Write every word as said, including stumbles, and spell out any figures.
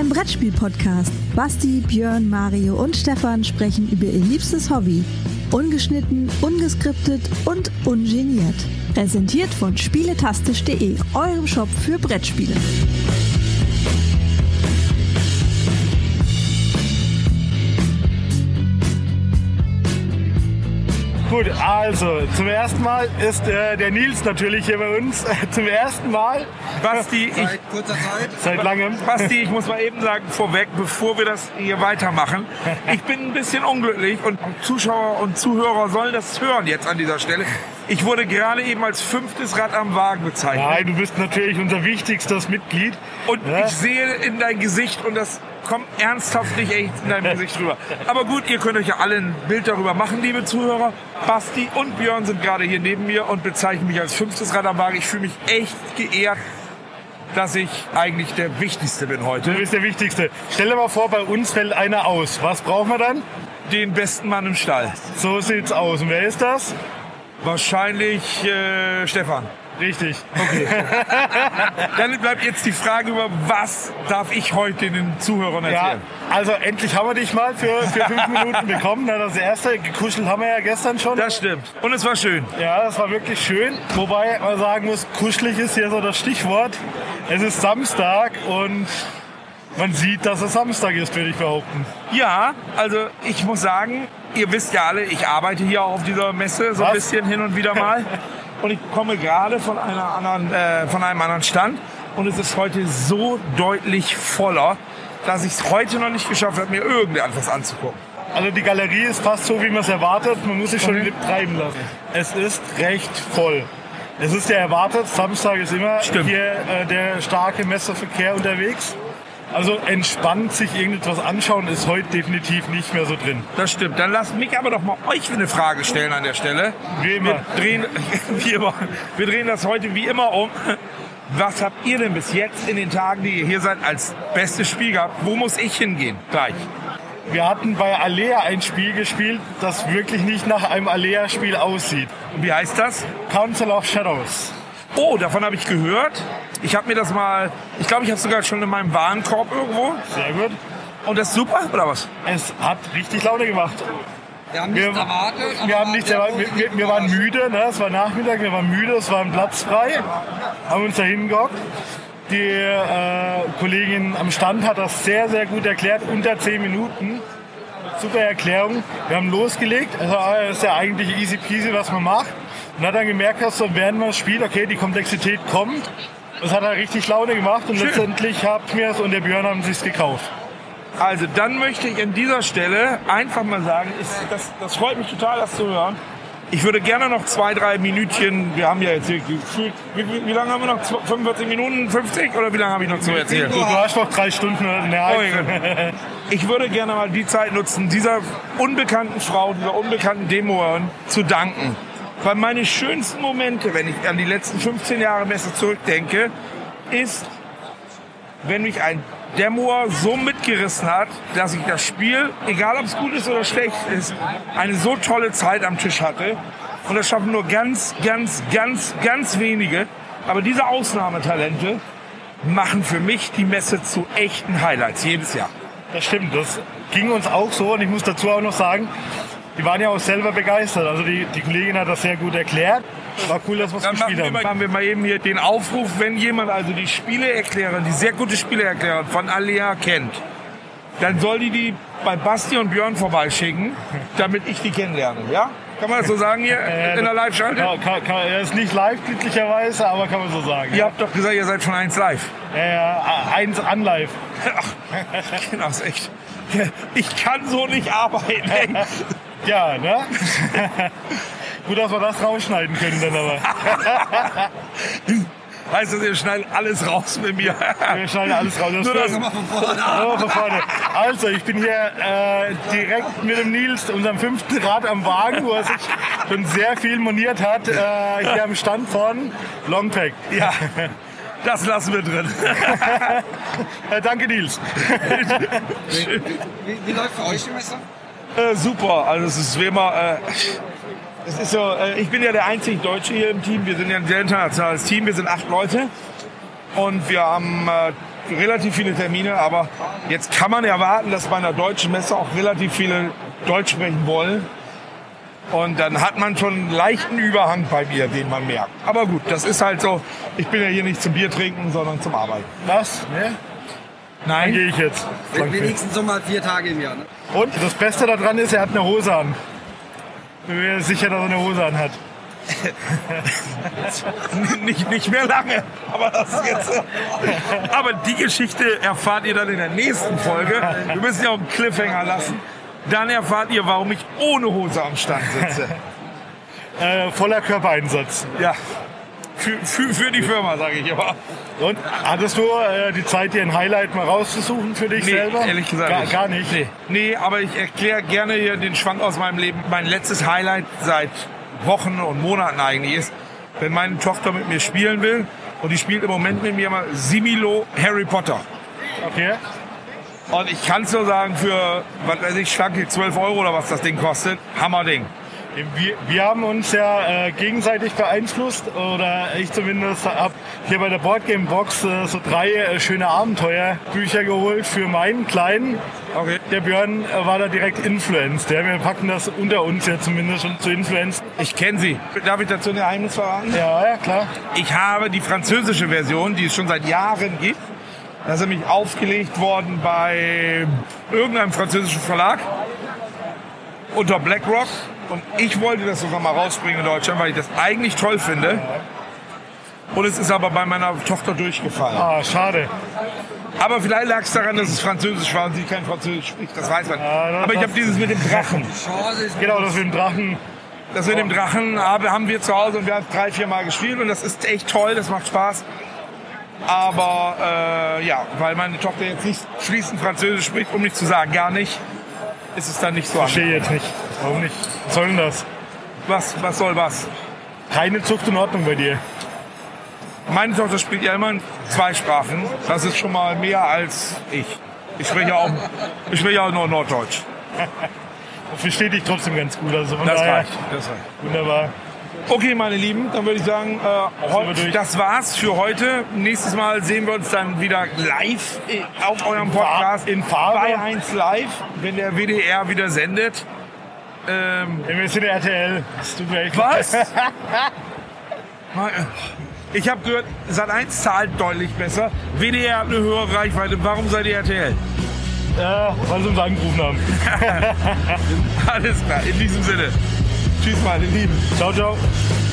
ein Brettspiel-Podcast. Basti, Björn, Mario und Stefan sprechen über ihr liebstes Hobby. Ungeschnitten, ungeskriptet und ungeniert. Präsentiert von spieletastisch punkt de, eurem Shop für Brettspiele. Gut, also zum ersten Mal ist äh, der Nils natürlich hier bei uns. Zum ersten Mal. Basti, ich, Seit kurzer Zeit. Seit langem. Basti, ich muss mal eben sagen, vorweg, bevor wir das hier weitermachen, ich bin ein bisschen unglücklich und Zuschauer und Zuhörer sollen das hören jetzt an dieser Stelle. Ich wurde gerade eben als fünftes Rad am Wagen bezeichnet. Nein, du bist natürlich unser wichtigstes Mitglied. Und ja? Ich sehe in dein Gesicht und das kommt ernsthaft nicht echt in deinem Gesicht rüber. Aber gut, ihr könnt euch ja alle ein Bild darüber machen, liebe Zuhörer. Basti und Björn sind gerade hier neben mir und bezeichnen mich als fünftes Rad am Wagen. Ich fühle mich echt geehrt, dass ich eigentlich der Wichtigste bin heute. Du bist der Wichtigste. Stell dir mal vor, bei uns fällt einer aus. Was brauchen wir dann? Den besten Mann im Stall. So sieht's aus. Und wer ist das? Wahrscheinlich äh, Stefan. Richtig. Okay. Dann bleibt jetzt die Frage über, was darf ich heute den Zuhörern erzählen? Ja, also endlich haben wir dich mal für, für fünf Minuten bekommen. Das erste, gekuschelt haben wir ja gestern schon. Das stimmt. Und es war schön. Ja, das war wirklich schön. Wobei man sagen muss, kuschelig ist hier so das Stichwort. Es ist Samstag und man sieht, dass es Samstag ist, würde ich behaupten. Ja, also ich muss sagen, ihr wisst ja alle, ich arbeite hier auch auf dieser Messe so Was? ein bisschen hin und wieder mal. Und ich komme gerade von, einer anderen, äh, von einem anderen Stand und es ist heute so deutlich voller, dass ich es heute noch nicht geschafft habe, mir irgendetwas anzugucken. Also die Galerie ist fast so, wie man es erwartet. Man muss sich schon Okay. lieb treiben lassen. Es ist recht voll. Es ist ja erwartet, Samstag ist immer Stimmt. hier äh, der starke Messeverkehr unterwegs. Also entspannt sich irgendetwas anschauen ist heute definitiv nicht mehr so drin. Das stimmt. Dann lasst mich aber doch mal euch eine Frage stellen an der Stelle. Wie immer. Wir drehen, wie immer. Wir drehen das heute wie immer um. Was habt ihr denn bis jetzt in den Tagen, die ihr hier seid, als bestes Spiel gehabt? Wo muss ich hingehen? Gleich. Wir hatten bei Alea ein Spiel gespielt, das wirklich nicht nach einem Alea-Spiel aussieht. Und wie heißt das? Council of Shadows. Oh, davon habe ich gehört. Ich habe mir das mal, ich glaube, ich habe es sogar schon in meinem Warenkorb irgendwo. Sehr gut. Und das ist super, oder was? Es hat richtig Laune gemacht. Wir haben nichts Wir, erwartet. wir, aber haben nichts der erwartet. wir, wir, wir waren müde, ne? Es war Nachmittag, wir waren müde, es war ein Platz frei. Haben uns da hingehockt. Die äh, Kollegin am Stand hat das sehr, sehr gut erklärt, unter zehn Minuten. Super Erklärung. Wir haben losgelegt. Also, das ist ja eigentlich easy peasy, was man macht. Und hat dann gemerkt, dass so während man spielt, okay, die Komplexität kommt. Das hat halt richtig Laune gemacht und Schön. letztendlich habt mir es und der Björn haben sich's gekauft. Also dann möchte ich an dieser Stelle einfach mal sagen, ist, das, das freut mich total, das zu hören. Ich würde gerne noch zwei, drei Minütchen, wir haben ja jetzt hier gefühlt, wie, wie, wie lange haben wir noch? fünfundvierzig Minuten, fünfzig oder wie lange habe ich noch zu erzählen? Du, du hast noch drei Stunden oder eine halbe. Ich würde gerne mal die Zeit nutzen, dieser unbekannten Frau, dieser unbekannten Demoerin zu danken. Weil meine schönsten Momente, wenn ich an die letzten fünfzehn Jahre Messe zurückdenke, ist, wenn mich ein Demoer so mitgerissen hat, dass ich das Spiel, egal ob es gut ist oder schlecht ist, eine so tolle Zeit am Tisch hatte. Und das schaffen nur ganz, ganz, ganz, ganz wenige. Aber diese Ausnahmetalente machen für mich die Messe zu echten Highlights jedes Jahr. Das stimmt, das ging uns auch so und ich muss dazu auch noch sagen, die waren ja auch selber begeistert. Also die, die Kollegin hat das sehr gut erklärt. War cool, dass wir es Dann machen gespielt wir, haben. mal, machen wir mal eben hier den Aufruf, wenn jemand also die Spieleerklärerin, die sehr gute Spieleerklärerin von Alea kennt, dann soll die die bei Basti und Björn vorbeischicken, damit ich die kennenlerne. Ja? Kann man das so sagen hier Äh, in der Live-Schalte? Ja, kann, kann, er ist nicht live, glücklicherweise, aber kann man so sagen. Ihr habt doch gesagt, ihr seid von eins live. Ja, ja, eins an live. Ach, genau, ist echt. Ich kann so nicht arbeiten. Ey. Ja, ne? Gut, dass wir das rausschneiden können dann aber. Heißt das, ihr schneidet alles raus mit mir? Wir schneiden alles raus. Das Nur das- ist- Nochmal von vorne. Oh, von vorne. Also, ich bin hier äh, direkt mit dem Nils, unserem fünften Rad am Wagen, wo er sich schon sehr viel moniert hat, äh, hier am Stand von Longpack. Ja, das lassen wir drin. Äh, danke, Nils. Wie, wie läuft für euch die Messe? Äh, super, also es ist wie immer, äh, es ist so, äh, ich bin ja der einzig Deutsche hier im Team, wir sind ja ein sehr internationales Team, wir sind acht Leute und wir haben äh, relativ viele Termine, aber jetzt kann man erwarten, dass bei einer deutschen Messe auch relativ viele Deutsch sprechen wollen. Und dann hat man schon einen leichten Überhang bei mir, den man merkt. Aber gut, das ist halt so. Ich bin ja hier nicht zum Bier trinken, sondern zum Arbeiten. Was? Ne? Dann Nein. gehe ich jetzt. Wenigstens so mal vier Tage im Jahr. Ne? Und das Beste daran ist, er hat eine Hose an. Bin mir sicher, dass er eine Hose an hat. nicht, nicht mehr lange. Aber, das ist jetzt, aber die Geschichte erfahrt ihr dann in der nächsten Folge. Wir müssen ja auch einen Cliffhanger lassen. Dann erfahrt ihr, warum ich ohne Hose am Stand sitze. Äh, voller Körpereinsatz. Ja, für, für, für die Firma, sage ich immer. Und hattest du äh, die Zeit, dir ein Highlight mal rauszusuchen für dich Nee, selber? ehrlich gesagt Gar, nicht. gar nicht. Nee. nee, aber ich erkläre gerne hier den Schwank aus meinem Leben. Mein letztes Highlight seit Wochen und Monaten eigentlich ist, wenn meine Tochter mit mir spielen will, und die spielt im Moment mit mir mal Similo Harry Potter. Okay. Und ich kann es nur sagen, für, was weiß ich, schlanke zwölf Euro oder was das Ding kostet, Hammerding. Wir, wir haben uns ja äh, gegenseitig beeinflusst, oder ich zumindest habe hier bei der Boardgame Box äh, so drei äh, schöne Abenteuerbücher geholt für meinen Kleinen. Okay. Der Björn äh, war da direkt influenced. Ja? Wir packen das unter uns ja zumindest schon zu influenzen. Ich kenne sie. Darf ich dazu ein Geheimnis verraten? Ja, ja, klar. Ich habe die französische Version, die es schon seit Jahren gibt. Das ist nämlich aufgelegt worden bei irgendeinem französischen Verlag unter BlackRock. Und ich wollte das sogar mal rausbringen in Deutschland, weil ich das eigentlich toll finde. Und es ist aber bei meiner Tochter durchgefallen. Ah, schade. Aber vielleicht lag es daran, dass es Französisch war und sie kein Französisch spricht. Das weiß man. Ja, das aber ich habe dieses mit dem Drachen. Chance ist Genau, das mit dem Drachen. Das mit dem Drachen haben wir zu Hause und wir haben drei, vier Mal gespielt. Und das ist echt toll, das macht Spaß. Aber äh, ja, weil meine Tochter jetzt nicht fließend Französisch spricht, um nicht zu sagen gar nicht, ist es dann nicht so. Verstehe jetzt nicht. Warum nicht? Was soll denn das? Was, was soll was? Keine Zucht und Ordnung bei dir. Meine Tochter spricht ja immer in zwei Sprachen. Das ist schon mal mehr als ich. Ich spreche auch, ich spreche auch nur Norddeutsch. Und verstehe dich trotzdem ganz gut. Also von Das daher, reicht. Das reicht. wunderbar. Okay, meine Lieben, dann würde ich sagen, äh, heu- durch. das war's für heute. Nächstes Mal sehen wir uns dann wieder live auf eurem Podcast in Farbe. bei eins Live, wenn der W D R wieder sendet. Ähm, Wir sind der R T L. Das tut mir echt was? Ich habe gehört, Sat eins zahlt deutlich besser. W D R hat eine höhere Reichweite. Warum seid ihr R T L? Ja, weil sie uns angerufen haben. Alles klar, in diesem Sinne. Tschüss, meine Lieben. Ciao, ciao.